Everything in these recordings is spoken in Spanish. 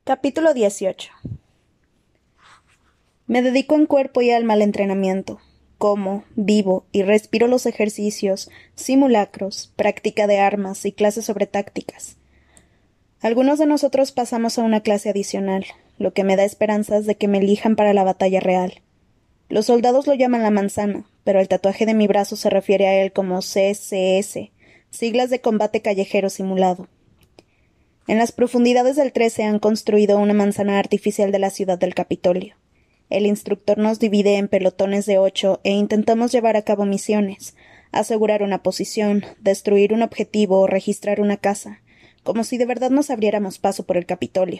Capítulo 18. Me dedico en cuerpo y alma al entrenamiento. Como, vivo y respiro los ejercicios, simulacros, práctica de armas y clases sobre tácticas. Algunos de nosotros pasamos a una clase adicional, lo que me da esperanzas de que me elijan para la batalla real. Los soldados lo llaman la manzana, pero el tatuaje de mi brazo se refiere a él como CCS, siglas de combate callejero simulado. En las profundidades del 13 han construido una manzana artificial de la ciudad del Capitolio. El instructor nos divide en pelotones de 8 e intentamos llevar a cabo misiones, asegurar una posición, destruir un objetivo o registrar una casa, como si de verdad nos abriéramos paso por el Capitolio.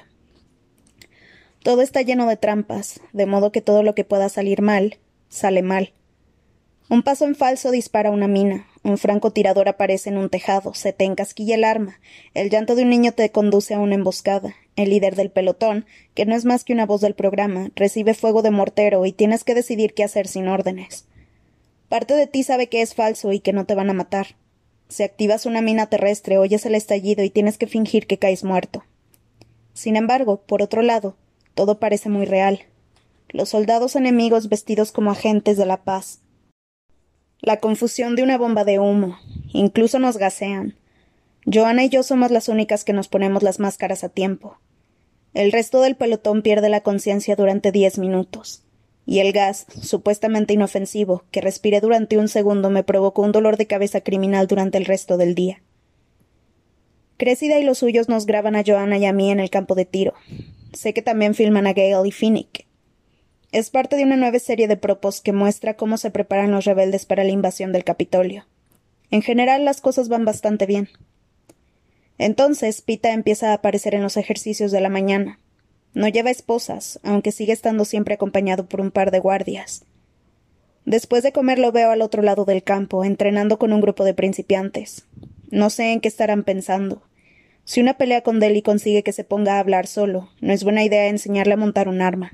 Todo está lleno de trampas, de modo que todo lo que pueda salir mal, sale mal. Un paso en falso dispara una mina, un francotirador aparece en un tejado, se te encasquilla el arma, el llanto de un niño te conduce a una emboscada, el líder del pelotón, que no es más que una voz del programa, recibe fuego de mortero y tienes que decidir qué hacer sin órdenes. Parte de ti sabe que es falso y que no te van a matar. Si activas una mina terrestre, oyes el estallido y tienes que fingir que caes muerto. Sin embargo, por otro lado, todo parece muy real. Los soldados enemigos vestidos como agentes de la paz. La confusión de una bomba de humo. Incluso nos gasean. Joanna y yo somos las únicas que nos ponemos las máscaras a tiempo. El resto del pelotón pierde la conciencia durante 10 minutos. Y el gas, supuestamente inofensivo, que respiré durante un segundo me provocó un dolor de cabeza criminal durante el resto del día. Crécida y los suyos nos graban a Joanna y a mí en el campo de tiro. Sé que también filman a Gale y Finnick. Es parte de una nueva serie de propos que muestra cómo se preparan los rebeldes para la invasión del Capitolio. En general, las cosas van bastante bien. Entonces, Pita empieza a aparecer en los ejercicios de la mañana. No lleva esposas, aunque sigue estando siempre acompañado por un par de guardias. Después de comer lo veo al otro lado del campo, entrenando con un grupo de principiantes. No sé en qué estarán pensando. Si una pelea con Deli consigue que se ponga a hablar solo, no es buena idea enseñarle a montar un arma.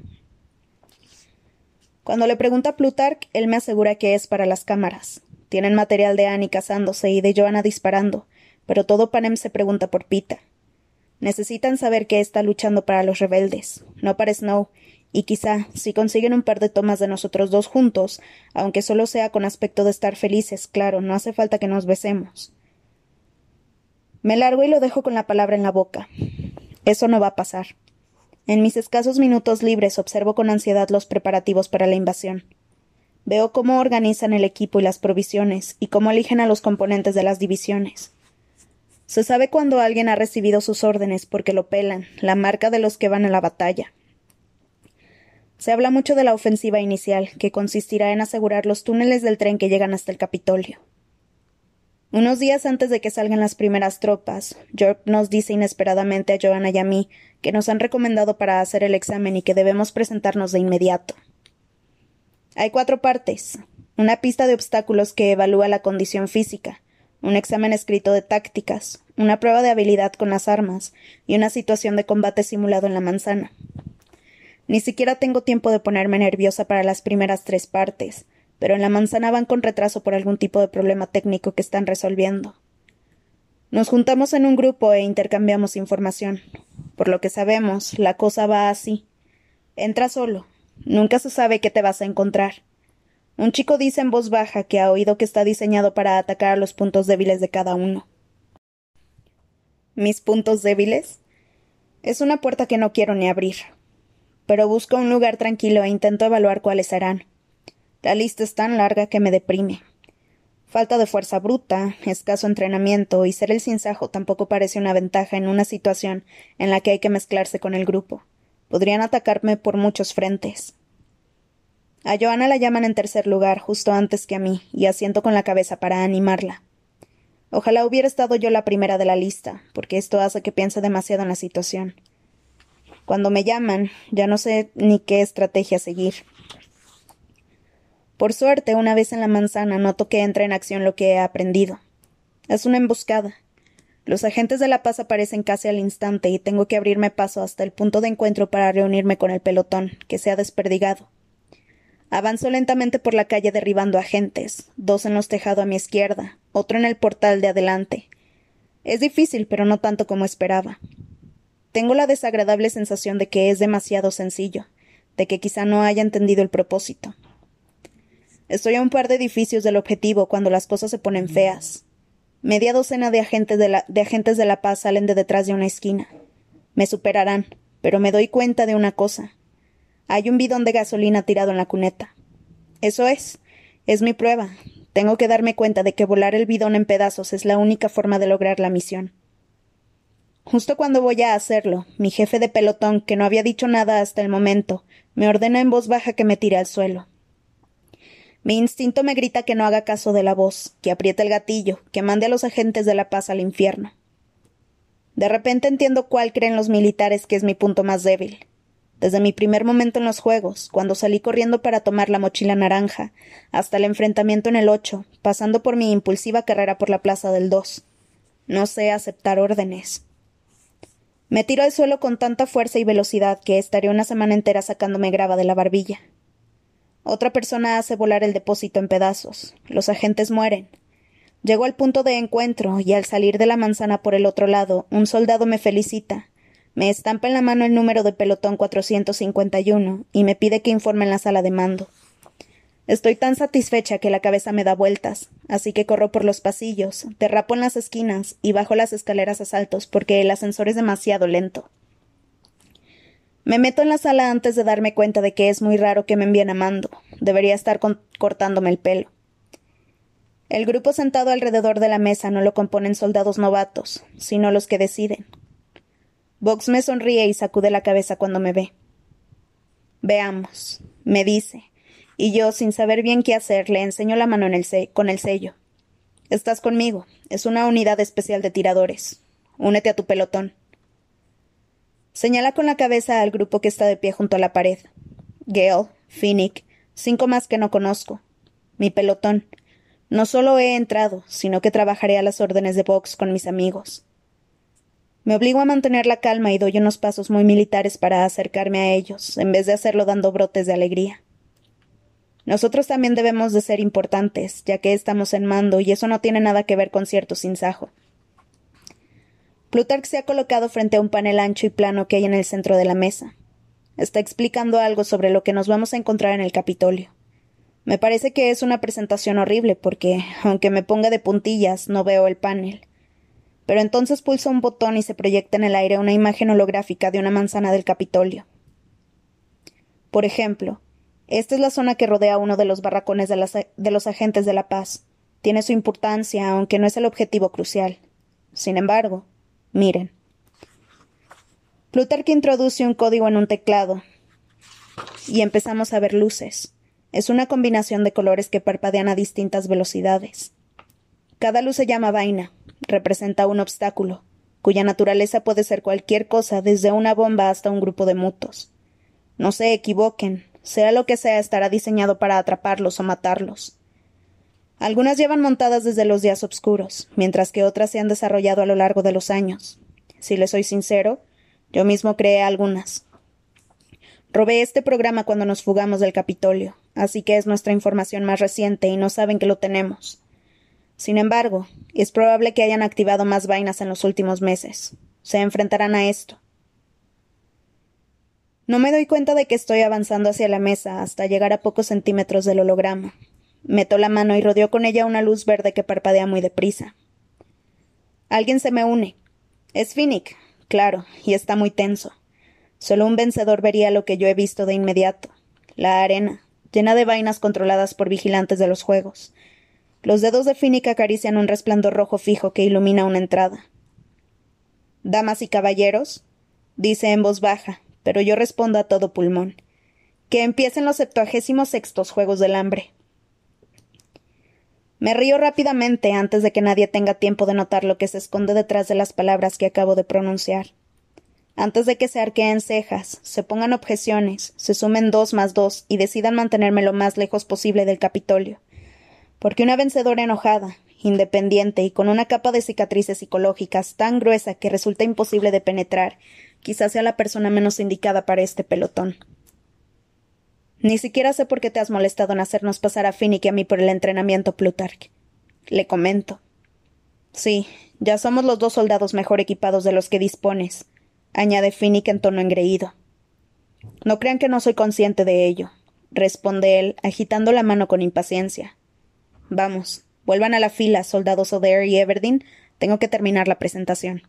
Cuando le pregunta a Plutarch, él me asegura que es para las cámaras. Tienen material de Annie casándose y de Joanna disparando, pero todo Panem se pregunta por Pita. Necesitan saber que está luchando para los rebeldes, no para Snow, y quizá, si consiguen un par de tomas de nosotros dos juntos, aunque solo sea con aspecto de estar felices, claro, no hace falta que nos besemos. Me largo y lo dejo con la palabra en la boca. Eso no va a pasar. En mis escasos minutos libres observo con ansiedad los preparativos para la invasión. Veo cómo organizan el equipo y las provisiones, y cómo eligen a los componentes de las divisiones. Se sabe cuando alguien ha recibido sus órdenes porque lo pelan, la marca de los que van a la batalla. Se habla mucho de la ofensiva inicial, que consistirá en asegurar los túneles del tren que llegan hasta el Capitolio. Unos días antes de que salgan las primeras tropas, York nos dice inesperadamente a Joanna y a mí que nos han recomendado para hacer el examen y que debemos presentarnos de inmediato. Hay 4 partes: una pista de obstáculos que evalúa la condición física, un examen escrito de tácticas, una prueba de habilidad con las armas y una situación de combate simulado en la manzana. Ni siquiera tengo tiempo de ponerme nerviosa para las primeras 3 partes, pero en la manzana van con retraso por algún tipo de problema técnico que están resolviendo. Nos juntamos en un grupo e intercambiamos información. Por lo que sabemos, la cosa va así. Entra solo. Nunca se sabe qué te vas a encontrar. Un chico dice en voz baja que ha oído que está diseñado para atacar a los puntos débiles de cada uno. ¿Mis puntos débiles? Es una puerta que no quiero ni abrir. Pero busco un lugar tranquilo e intento evaluar cuáles serán. La lista es tan larga que me deprime. Falta de fuerza bruta, escaso entrenamiento y ser el sinsajo tampoco parece una ventaja en una situación en la que hay que mezclarse con el grupo. Podrían atacarme por muchos frentes. A Joanna la llaman en tercer lugar, justo antes que a mí, y asiento con la cabeza para animarla. Ojalá hubiera estado yo la primera de la lista, porque esto hace que piense demasiado en la situación. Cuando me llaman, ya no sé ni qué estrategia seguir. Por suerte, una vez en la manzana noto que entra en acción lo que he aprendido. Es una emboscada. Los agentes de la paz aparecen casi al instante y tengo que abrirme paso hasta el punto de encuentro para reunirme con el pelotón, que se ha desperdigado. Avanzo lentamente por la calle derribando agentes, 2 en los tejados a mi izquierda, otro en el portal de adelante. Es difícil, pero no tanto como esperaba. tengo la desagradable sensación de que es demasiado sencillo, de que quizá no haya entendido el propósito. Estoy a un par de edificios del objetivo cuando las cosas se ponen feas. Media docena de agentes de la paz salen de detrás de una esquina. Me superarán, pero me doy cuenta de una cosa. Hay un bidón de gasolina tirado en la cuneta. Eso es mi prueba. Tengo que darme cuenta de que volar el bidón en pedazos es la única forma de lograr la misión. Justo cuando voy a hacerlo, mi jefe de pelotón, que no había dicho nada hasta el momento, me ordena en voz baja que me tire al suelo. Mi instinto me grita que no haga caso de la voz, que apriete el gatillo, que mande a los agentes de la paz al infierno. De repente entiendo cuál creen los militares que es mi punto más débil. Desde mi primer momento en los juegos, cuando salí corriendo para tomar la mochila naranja, hasta el enfrentamiento en el 8, pasando por mi impulsiva carrera por la plaza del 2. No sé aceptar órdenes. Me tiro al suelo con tanta fuerza y velocidad que estaré una semana entera sacándome grava de la barbilla. Otra persona hace volar el depósito en pedazos. Los agentes mueren. Llego al punto de encuentro y al salir de la manzana por el otro lado, un soldado me felicita. Me estampa en la mano el número de pelotón 451 y me pide que informe en la sala de mando. Estoy tan satisfecha que la cabeza me da vueltas, así que corro por los pasillos, derrapo en las esquinas y bajo las escaleras a saltos porque el ascensor es demasiado lento. Me meto en la sala antes de darme cuenta de que es muy raro que me envíen a mando. Debería estar cortándome el pelo. El grupo sentado alrededor de la mesa no lo componen soldados novatos, sino los que deciden. Box me sonríe y sacude la cabeza cuando me ve. Veamos, me dice, y yo, sin saber bien qué hacer, le enseño la mano con el sello. Estás conmigo. Es una unidad especial de tiradores. Únete a tu pelotón. Señala con la cabeza al grupo que está de pie junto a la pared. Gale, Finnick, 5 más que no conozco. Mi pelotón. No solo he entrado, sino que trabajaré a las órdenes de Box con mis amigos. Me obligo a mantener la calma y doy unos pasos muy militares para acercarme a ellos, en vez de hacerlo dando brotes de alegría. Nosotros también debemos de ser importantes, ya que estamos en mando y eso no tiene nada que ver con cierto sinsajo. Plutarch se ha colocado frente a un panel ancho y plano que hay en el centro de la mesa. Está explicando algo sobre lo que nos vamos a encontrar en el Capitolio. Me parece que es una presentación horrible porque, aunque me ponga de puntillas, no veo el panel. Pero entonces pulso un botón y se proyecta en el aire una imagen holográfica de una manzana del Capitolio. Por ejemplo, esta es la zona que rodea uno de los barracones de los agentes de la paz. Tiene su importancia, aunque no es el objetivo crucial. Sin embargo, miren. Plutarch introduce un código en un teclado y empezamos a ver luces. Es una combinación de colores que parpadean a distintas velocidades. Cada luz se llama vaina, representa un obstáculo, cuya naturaleza puede ser cualquier cosa, desde una bomba hasta un grupo de mutos. No se equivoquen, sea lo que sea, estará diseñado para atraparlos o matarlos. Algunas llevan montadas desde los días oscuros, mientras que otras se han desarrollado a lo largo de los años. Si les soy sincero, yo mismo creé algunas. Robé este programa cuando nos fugamos del Capitolio, así que es nuestra información más reciente y no saben que lo tenemos. Sin embargo, es probable que hayan activado más vainas en los últimos meses. Se enfrentarán a esto. No me doy cuenta de que estoy avanzando hacia la mesa hasta llegar a pocos centímetros del holograma. Meto la mano y rodeo con ella una luz verde que parpadea muy deprisa. Alguien se me une. Es Finnick, claro, y está muy tenso. Solo un vencedor vería lo que yo he visto de inmediato. La arena, llena de vainas controladas por vigilantes de los juegos. Los dedos de Finnick acarician un resplandor rojo fijo que ilumina una entrada. «Damas y caballeros», dice en voz baja, pero yo respondo a todo pulmón. «Que empiecen los 76º Juegos del Hambre». Me río rápidamente antes de que nadie tenga tiempo de notar lo que se esconde detrás de las palabras que acabo de pronunciar. Antes de que se arqueen cejas, se pongan objeciones, se sumen 2 más 2 y decidan mantenerme lo más lejos posible del Capitolio. Porque una vencedora enojada, independiente y con una capa de cicatrices psicológicas tan gruesa que resulta imposible de penetrar, quizás sea la persona menos indicada para este pelotón. Ni siquiera sé por qué te has molestado en hacernos pasar a Finnick y a mí por el entrenamiento, Plutarch. Le comento. Sí, ya somos los 2 soldados mejor equipados de los que dispones. añade Finnick en tono engreído. No crean que no soy consciente de ello, responde él, agitando la mano con impaciencia. Vamos, vuelvan a la fila, soldados O'Dare y Everdeen. Tengo que terminar la presentación.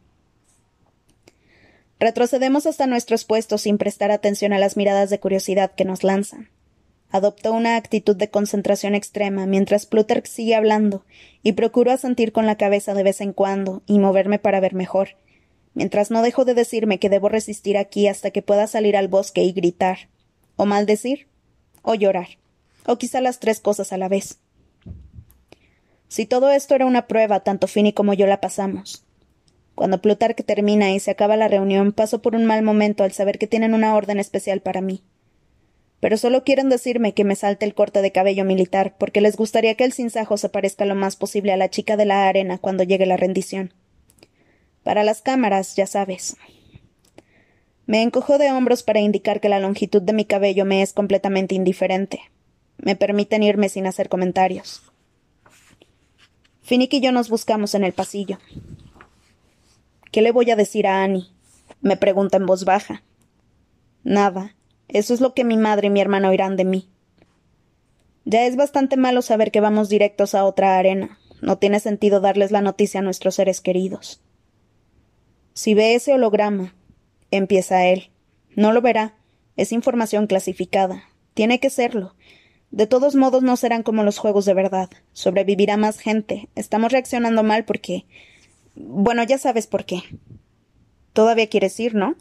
Retrocedemos hasta nuestros puestos sin prestar atención a las miradas de curiosidad que nos lanzan. Adopto una actitud de concentración extrema mientras Plutarch sigue hablando, y procuro asentir con la cabeza de vez en cuando y moverme para ver mejor, mientras no dejo de decirme que debo resistir aquí hasta que pueda salir al bosque y gritar, o maldecir, o llorar, o quizá las tres cosas a la vez. Si todo esto era una prueba, tanto Finny como yo la pasamos. Cuando Plutarch termina y se acaba la reunión, paso por un mal momento al saber que tienen una orden especial para mí. Pero solo quieren decirme que me salte el corte de cabello militar, porque les gustaría que el sinsajo se parezca lo más posible a la chica de la arena cuando llegue la rendición. Para las cámaras, ya sabes. Me encojo de hombros para indicar que la longitud de mi cabello me es completamente indiferente. Me permiten irme sin hacer comentarios. Finnick y yo nos buscamos en el pasillo. ¿Qué le voy a decir a Annie? Me pregunta en voz baja. Nada. Eso es lo que mi madre y mi hermano oirán de mí. Ya es bastante malo saber que vamos directos a otra arena. No tiene sentido darles la noticia a nuestros seres queridos. Si ve ese holograma, empieza él. No lo verá. Es información clasificada. Tiene que serlo. De todos modos no serán como los juegos de verdad. Sobrevivirá más gente. Estamos reaccionando mal porque... Bueno, ya sabes por qué. Todavía quieres ir, ¿no?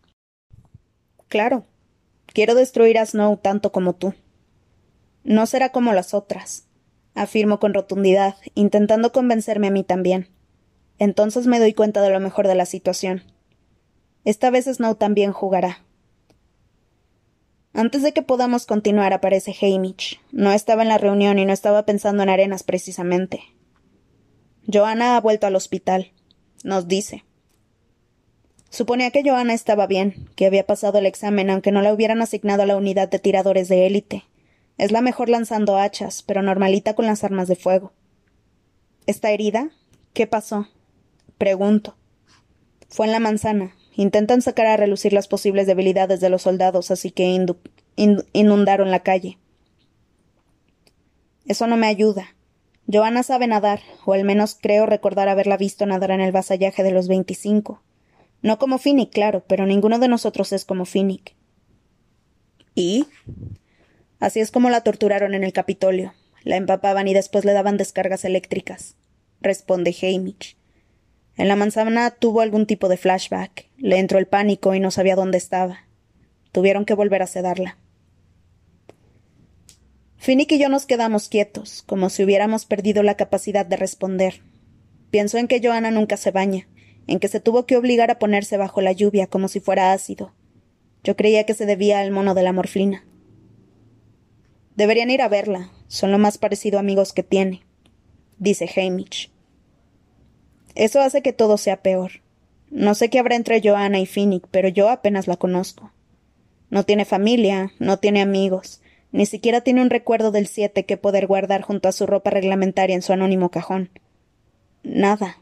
Claro. Quiero destruir a Snow tanto como tú. No será como las otras, afirmo con rotundidad, intentando convencerme a mí también. Entonces me doy cuenta de lo mejor de la situación. Esta vez Snow también jugará. Antes de que podamos continuar aparece Haymitch. No estaba en la reunión y no estaba pensando en arenas precisamente. Joanna ha vuelto al hospital, nos dice. Suponía que Joanna estaba bien, que había pasado el examen aunque no la hubieran asignado a la unidad de tiradores de élite. Es la mejor lanzando hachas, pero normalita con las armas de fuego. ¿Está herida? ¿Qué pasó? Pregunto. Fue en la manzana. Intentan sacar a relucir las posibles debilidades de los soldados, así que inundaron la calle. Eso no me ayuda. Joanna sabe nadar, o al menos creo recordar haberla visto nadar en el vasallaje de los 25. No como Finnick, claro, pero ninguno de nosotros es como Finnick. ¿Y? Así es como la torturaron en el Capitolio. La empapaban y después le daban descargas eléctricas, responde Haymitch. En la manzana tuvo algún tipo de flashback. Le entró el pánico y no sabía dónde estaba. Tuvieron que volver a sedarla. Finnick y yo nos quedamos quietos, como si hubiéramos perdido la capacidad de responder. Pienso en que Joanna nunca se baña, en que se tuvo que obligar a ponerse bajo la lluvia como si fuera ácido. Yo creía que se debía al mono de la morfina. Deberían ir a verla. Son lo más parecido a amigos que tiene, dice Haymitch. Eso hace que todo sea peor. No sé qué habrá entre Joanna y Finnick, pero yo apenas la conozco. No tiene familia, no tiene amigos, ni siquiera tiene un recuerdo del 7 que poder guardar junto a su ropa reglamentaria en su anónimo cajón. Nada.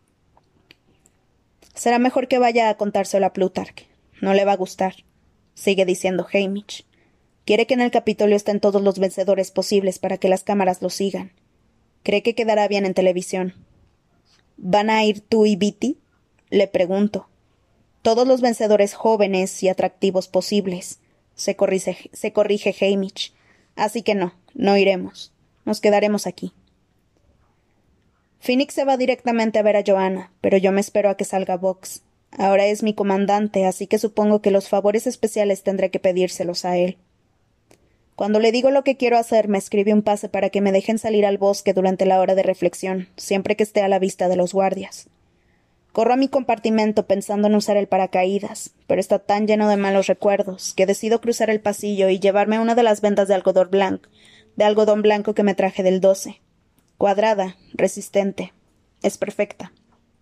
Será mejor que vaya a contárselo a Plutarch. No le va a gustar, sigue diciendo Haymitch. Quiere que en el Capitolio estén todos los vencedores posibles para que las cámaras lo sigan. Cree que quedará bien en televisión. ¿Van a ir tú y Beatty? Le pregunto. Todos los vencedores jóvenes y atractivos posibles, se corrige Haymitch. Así que no iremos. Nos quedaremos aquí. Finnick se va directamente a ver a Joanna, pero yo me espero a que salga Vox. Ahora es mi comandante, así que supongo que los favores especiales tendré que pedírselos a él. Cuando le digo lo que quiero hacer, me escribe un pase para que me dejen salir al bosque durante la hora de reflexión, siempre que esté a la vista de los guardias. Corro a mi compartimento pensando en usar el paracaídas, pero está tan lleno de malos recuerdos que decido cruzar el pasillo y llevarme una de las vendas de algodón blanco que me traje del 12. Cuadrada, resistente. Es perfecta.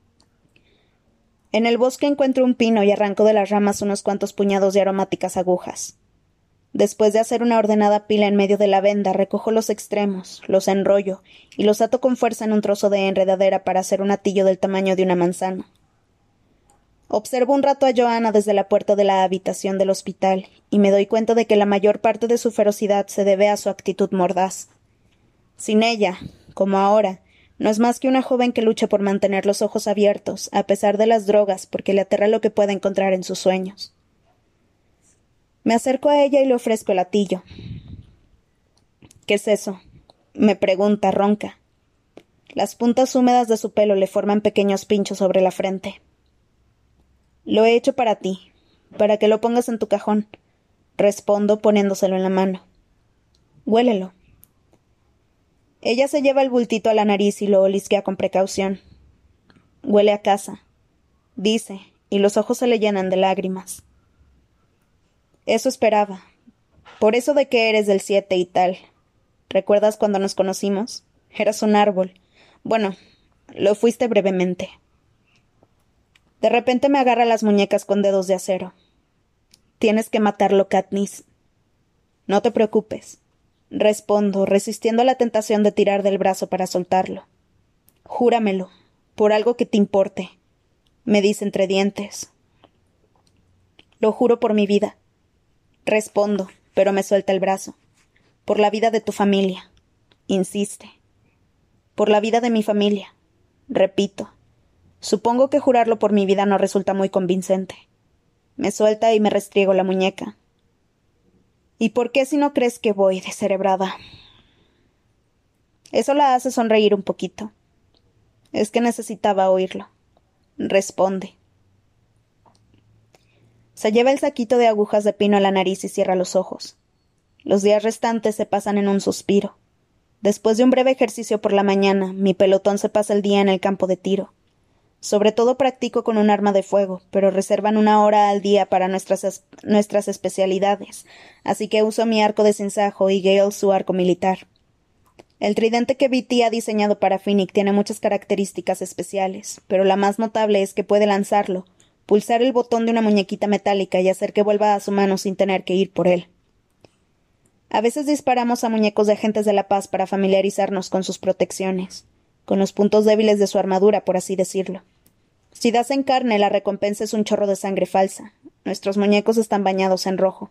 En el bosque encuentro un pino y arranco de las ramas unos cuantos puñados de aromáticas agujas. Después de hacer una ordenada pila en medio de la venda, recojo los extremos, los enrollo y los ato con fuerza en un trozo de enredadera para hacer un atillo del tamaño de una manzana. Observo un rato a Joanna desde la puerta de la habitación del hospital y me doy cuenta de que la mayor parte de su ferocidad se debe a su actitud mordaz. Sin ella, como ahora, no es más que una joven que lucha por mantener los ojos abiertos, a pesar de las drogas, porque le aterra lo que puede encontrar en sus sueños. Me acerco a ella y le ofrezco el latillo. ¿Qué es eso? Me pregunta, ronca. Las puntas húmedas de su pelo le forman pequeños pinchos sobre la frente. Lo he hecho para ti, para que lo pongas en tu cajón, respondo poniéndoselo en la mano. Huélelo. Ella se lleva el bultito a la nariz y lo olisquea con precaución. Huele a casa, dice, y los ojos se le llenan de lágrimas. Eso esperaba. Por eso de que eres del 7 y tal. ¿Recuerdas cuando nos conocimos? Eras un árbol. Bueno, lo fuiste brevemente. De repente me agarra las muñecas con dedos de acero. Tienes que matarlo, Katniss. No te preocupes, respondo, resistiendo la tentación de tirar del brazo para soltarlo. Júramelo, por algo que te importe, me dice entre dientes. Lo juro por mi vida. Respondo, pero me suelta el brazo. Por la vida de tu familia, insiste. Por la vida de mi familia, repito. Supongo que jurarlo por mi vida no resulta muy convincente. Me suelta y me restriego la muñeca. ¿Y por qué si no crees que voy, descerebrada? Eso la hace sonreír un poquito. Es que necesitaba oírlo. Responde. Se lleva el saquito de agujas de pino a la nariz y cierra los ojos. Los días restantes se pasan en un suspiro. Después de un breve ejercicio por la mañana, mi pelotón se pasa el día en el campo de tiro. Sobre todo practico con un arma de fuego, pero reservan 1 hora al día para nuestras especialidades, así que uso mi arco de sinsajo y Gale su arco militar. El tridente que BT ha diseñado para Finnick tiene muchas características especiales, pero la más notable es que puede lanzarlo, pulsar el botón de una muñequita metálica y hacer que vuelva a su mano sin tener que ir por él. A veces disparamos a muñecos de agentes de la paz para familiarizarnos con sus protecciones, con los puntos débiles de su armadura, por así decirlo. Si das en carne, la recompensa es un chorro de sangre falsa. Nuestros muñecos están bañados en rojo.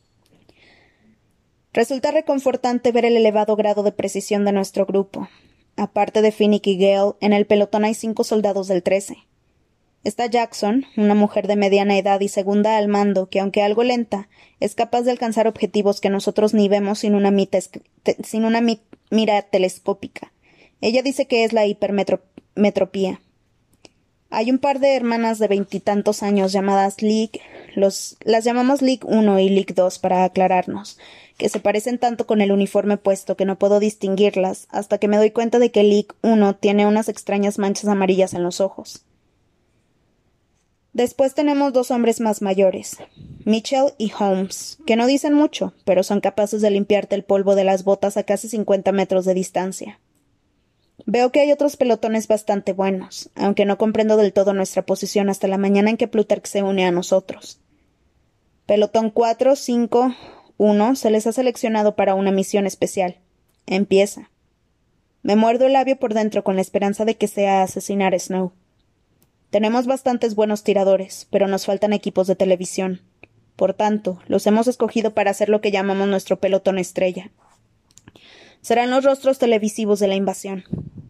Resulta reconfortante ver el elevado grado de precisión de nuestro grupo. Aparte de Finnick y Gale, en el pelotón hay 5 soldados del 13. Está Jackson, una mujer de mediana edad y segunda al mando, que aunque algo lenta, es capaz de alcanzar objetivos que nosotros ni vemos sin una mira telescópica. Ella dice que es la hipermetropía. Hay un par de hermanas de 20 años llamadas League, las llamamos League 1 y League 2 para aclararnos, que se parecen tanto con el uniforme puesto que no puedo distinguirlas hasta que me doy cuenta de que League 1 tiene unas extrañas manchas amarillas en los ojos. Después tenemos 2 hombres más mayores, Mitchell y Holmes, que no dicen mucho, pero son capaces de limpiarte el polvo de las botas a casi 50 metros de distancia. Veo que hay otros pelotones bastante buenos, aunque no comprendo del todo nuestra posición hasta la mañana en que Plutarch se une a nosotros. Pelotón 4, 5, 1 se les ha seleccionado para una misión especial. Empieza. Me muerdo el labio por dentro con la esperanza de que sea asesinar a Snow. Tenemos bastantes buenos tiradores, pero nos faltan equipos de televisión. Por tanto, los hemos escogido para hacer lo que llamamos nuestro pelotón estrella. Serán los rostros televisivos de la invasión.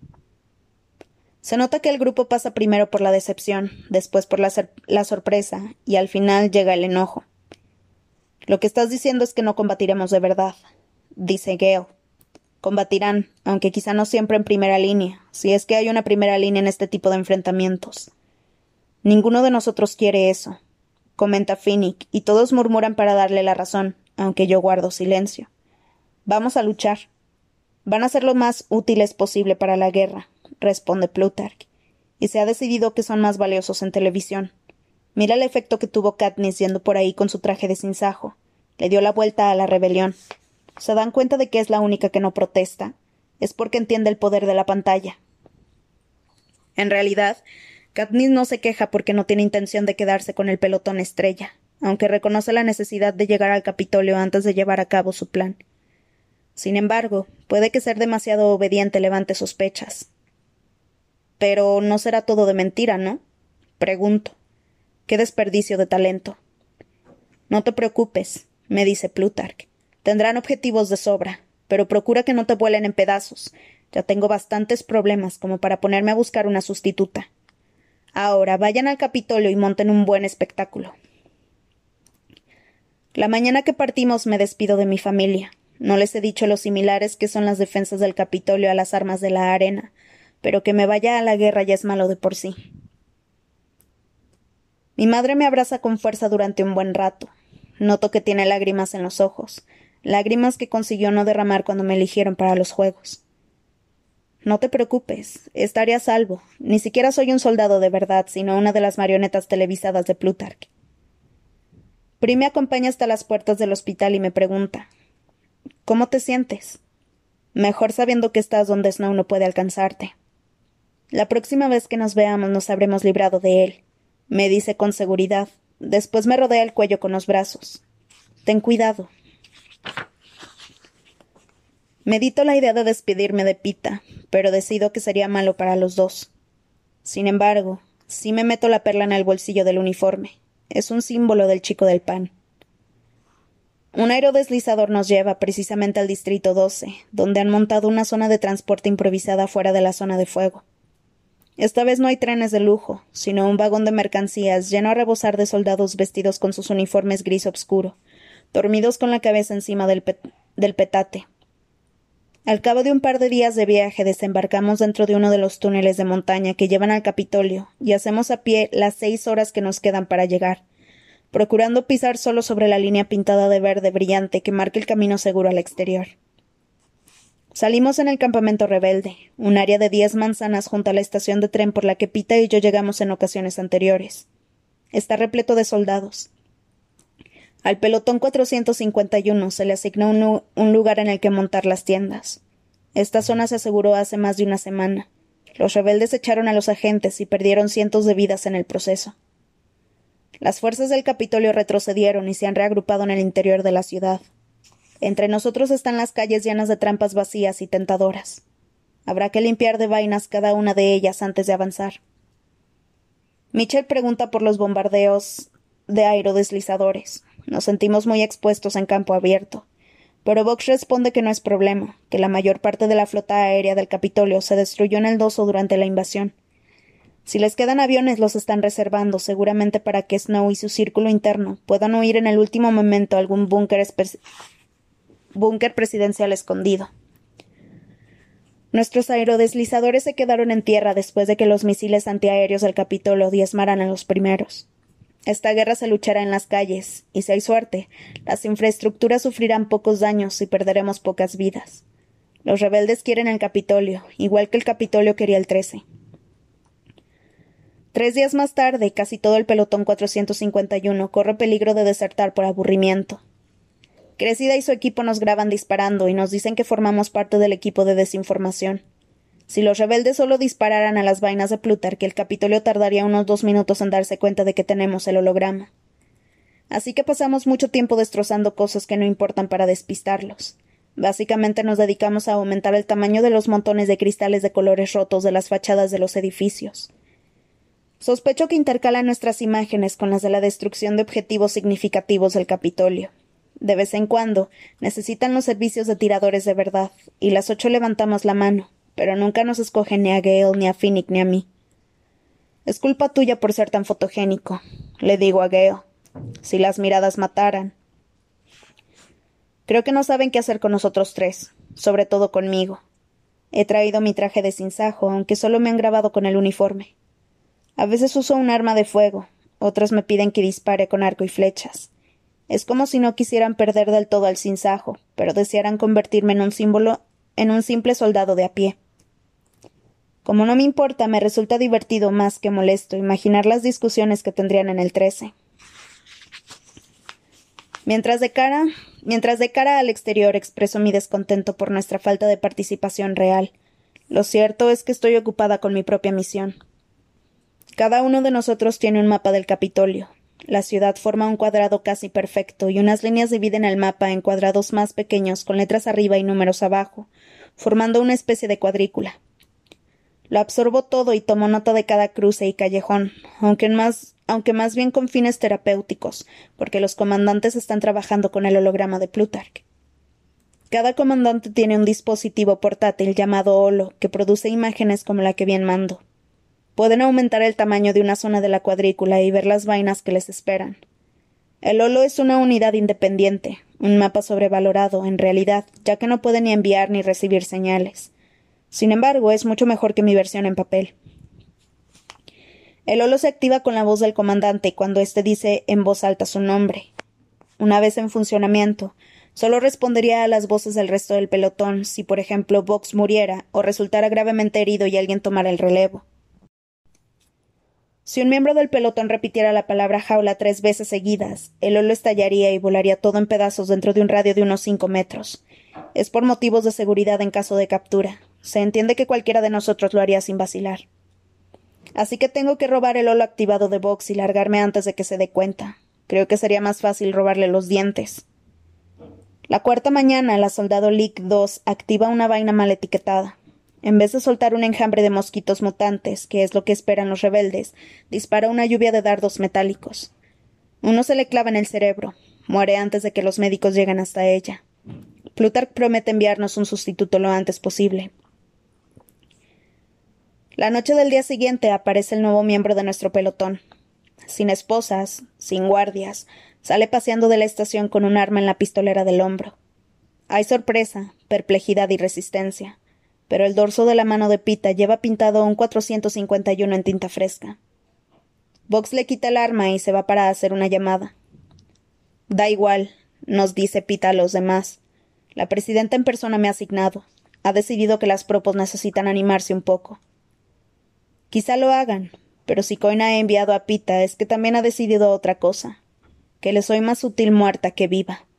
Se nota que el grupo pasa primero por la decepción, después por la sorpresa, y al final llega el enojo. Lo que estás diciendo es que no combatiremos de verdad, dice Gale. Combatirán, aunque quizá no siempre en primera línea, si es que hay una primera línea en este tipo de enfrentamientos. Ninguno de nosotros quiere eso, comenta Finnick, y todos murmuran para darle la razón, aunque yo guardo silencio. Vamos a luchar. Van a ser lo más útiles posible para la guerra, responde Plutarch, y se ha decidido que son más valiosos en televisión. Mira el efecto que tuvo Katniss yendo por ahí con su traje de sinsajo. Le dio la vuelta a la rebelión. ¿Se dan cuenta de que es la única que no protesta? Es porque entiende el poder de la pantalla. En realidad, Katniss no se queja porque no tiene intención de quedarse con el pelotón estrella, aunque reconoce la necesidad de llegar al Capitolio antes de llevar a cabo su plan. Sin embargo, puede que ser demasiado obediente levante sospechas. Pero no será todo de mentira, ¿no? Pregunto. Qué desperdicio de talento. No te preocupes, me dice Plutarch. Tendrán objetivos de sobra, pero procura que no te vuelen en pedazos. Ya tengo bastantes problemas como para ponerme a buscar una sustituta. Ahora vayan al Capitolio y monten un buen espectáculo. La mañana que partimos me despido de mi familia. No les he dicho lo similares que son las defensas del Capitolio a las armas de la arena, pero que me vaya a la guerra ya es malo de por sí. Mi madre me abraza con fuerza durante un buen rato. Noto que tiene lágrimas en los ojos, lágrimas que consiguió no derramar cuando me eligieron para los juegos. No te preocupes, estaré a salvo. Ni siquiera soy un soldado de verdad, sino una de las marionetas televisadas de Plutarch. Pri me acompaña hasta las puertas del hospital y me pregunta: ¿Cómo te sientes? Mejor sabiendo que estás donde Snow no puede alcanzarte. La próxima vez que nos veamos nos habremos librado de él, me dice con seguridad. Después me rodea el cuello con los brazos. Ten cuidado. Medito la idea de despedirme de Pita, pero decido que sería malo para los dos. Sin embargo, sí me meto la perla en el bolsillo del uniforme. Es un símbolo del chico del pan. Un aerodeslizador nos lleva precisamente al Distrito 12, donde han montado una zona de transporte improvisada fuera de la zona de fuego. Esta vez no hay trenes de lujo, sino un vagón de mercancías lleno a rebosar de soldados vestidos con sus uniformes gris obscuro, dormidos con la cabeza encima del petate. Al cabo de un par de días de viaje desembarcamos dentro de uno de los túneles de montaña que llevan al Capitolio y hacemos a pie las 6 horas que nos quedan para llegar, procurando pisar solo sobre la línea pintada de verde brillante que marca el camino seguro al exterior. Salimos en el campamento rebelde, un área de 10 manzanas junto a la estación de tren por la que Pita y yo llegamos en ocasiones anteriores. Está repleto de soldados. Al pelotón 451 se le asignó un lugar en el que montar las tiendas. Esta zona se aseguró hace más de una semana. Los rebeldes echaron a los agentes y perdieron cientos de vidas en el proceso. Las fuerzas del Capitolio retrocedieron y se han reagrupado en el interior de la ciudad. Entre nosotros están las calles llenas de trampas vacías y tentadoras. Habrá que limpiar de vainas cada una de ellas antes de avanzar. Mitchell pregunta por los bombardeos de aerodeslizadores. Nos sentimos muy expuestos en campo abierto. Pero Vox responde que no es problema, que la mayor parte de la flota aérea del Capitolio se destruyó en el Doso durante la invasión. Si les quedan aviones, los están reservando, seguramente para que Snow y su círculo interno puedan huir en el último momento a algún búnker presidencial escondido. Nuestros aerodeslizadores se quedaron en tierra después de que los misiles antiaéreos del Capitolio diezmaran a los primeros. Esta guerra se luchará en las calles, y si hay suerte, las infraestructuras sufrirán pocos daños y perderemos pocas vidas. Los rebeldes quieren el Capitolio, igual que el Capitolio quería el 13. 3 días más tarde, casi todo el pelotón 451 corre peligro de desertar por aburrimiento. Cressida y su equipo nos graban disparando y nos dicen que formamos parte del equipo de desinformación. Si los rebeldes solo dispararan a las vainas de Plutarch, el Capitolio tardaría unos 2 minutos en darse cuenta de que tenemos el holograma. Así que pasamos mucho tiempo destrozando cosas que no importan para despistarlos. Básicamente nos dedicamos a aumentar el tamaño de los montones de cristales de colores rotos de las fachadas de los edificios. Sospecho que intercalan nuestras imágenes con las de la destrucción de objetivos significativos del Capitolio. De vez en cuando necesitan los servicios de tiradores de verdad, y las 8 levantamos la mano, pero nunca nos escogen ni a Gale, ni a Finnick, ni a mí. Es culpa tuya por ser tan fotogénico, le digo a Gale. Si las miradas mataran. Creo que no saben qué hacer con nosotros 3, sobre todo conmigo. He traído mi traje de sinsajo, aunque solo me han grabado con el uniforme. A veces uso un arma de fuego, otros me piden que dispare con arco y flechas. Es como si no quisieran perder del todo el sinsajo, pero desearan convertirme en un simple soldado de a pie. Como no me importa, me resulta divertido más que molesto imaginar las discusiones que tendrían en el 13. Mientras de cara al exterior expreso mi descontento por nuestra falta de participación real, lo cierto es que estoy ocupada con mi propia misión. Cada uno de nosotros tiene un mapa del Capitolio. La ciudad forma un cuadrado casi perfecto y unas líneas dividen el mapa en cuadrados más pequeños con letras arriba y números abajo, formando una especie de cuadrícula. Lo absorbo todo y tomo nota de cada cruce y callejón, aunque más bien con fines terapéuticos, porque los comandantes están trabajando con el holograma de Plutarch. Cada comandante tiene un dispositivo portátil llamado holo que produce imágenes como la que bien mando. Pueden aumentar el tamaño de una zona de la cuadrícula y ver las vainas que les esperan. El holo es una unidad independiente, un mapa sobrevalorado, en realidad, ya que no puede ni enviar ni recibir señales. Sin embargo, es mucho mejor que mi versión en papel. El holo se activa con la voz del comandante cuando éste dice en voz alta su nombre. Una vez en funcionamiento, solo respondería a las voces del resto del pelotón si, por ejemplo, Vox muriera o resultara gravemente herido y alguien tomara el relevo. Si un miembro del pelotón repitiera la palabra jaula 3 veces seguidas, el holo estallaría y volaría todo en pedazos dentro de un radio de unos 5 metros. Es por motivos de seguridad en caso de captura. Se entiende que cualquiera de nosotros lo haría sin vacilar. Así que tengo que robar el holo activado de Vox y largarme antes de que se dé cuenta. Creo que sería más fácil robarle los dientes. La cuarta mañana, la soldado Lick 2 activa una vaina mal etiquetada. En vez de soltar un enjambre de mosquitos mutantes, que es lo que esperan los rebeldes, dispara una lluvia de dardos metálicos. Uno se le clava en el cerebro. Muere antes de que los médicos lleguen hasta ella. Plutarch promete enviarnos un sustituto lo antes posible. La noche del día siguiente aparece el nuevo miembro de nuestro pelotón. Sin esposas, sin guardias, sale paseando de la estación con un arma en la pistolera del hombro. Hay sorpresa, perplejidad y resistencia, pero el dorso de la mano de Pita lleva pintado un 451 en tinta fresca. Vox le quita el arma y se va para hacer una llamada. Da igual, nos dice Pita a los demás. La presidenta en persona me ha asignado. Ha decidido que las propos necesitan animarse un poco. Quizá lo hagan, pero si Coin ha enviado a Pita es que también ha decidido otra cosa, que le soy más útil muerta que viva.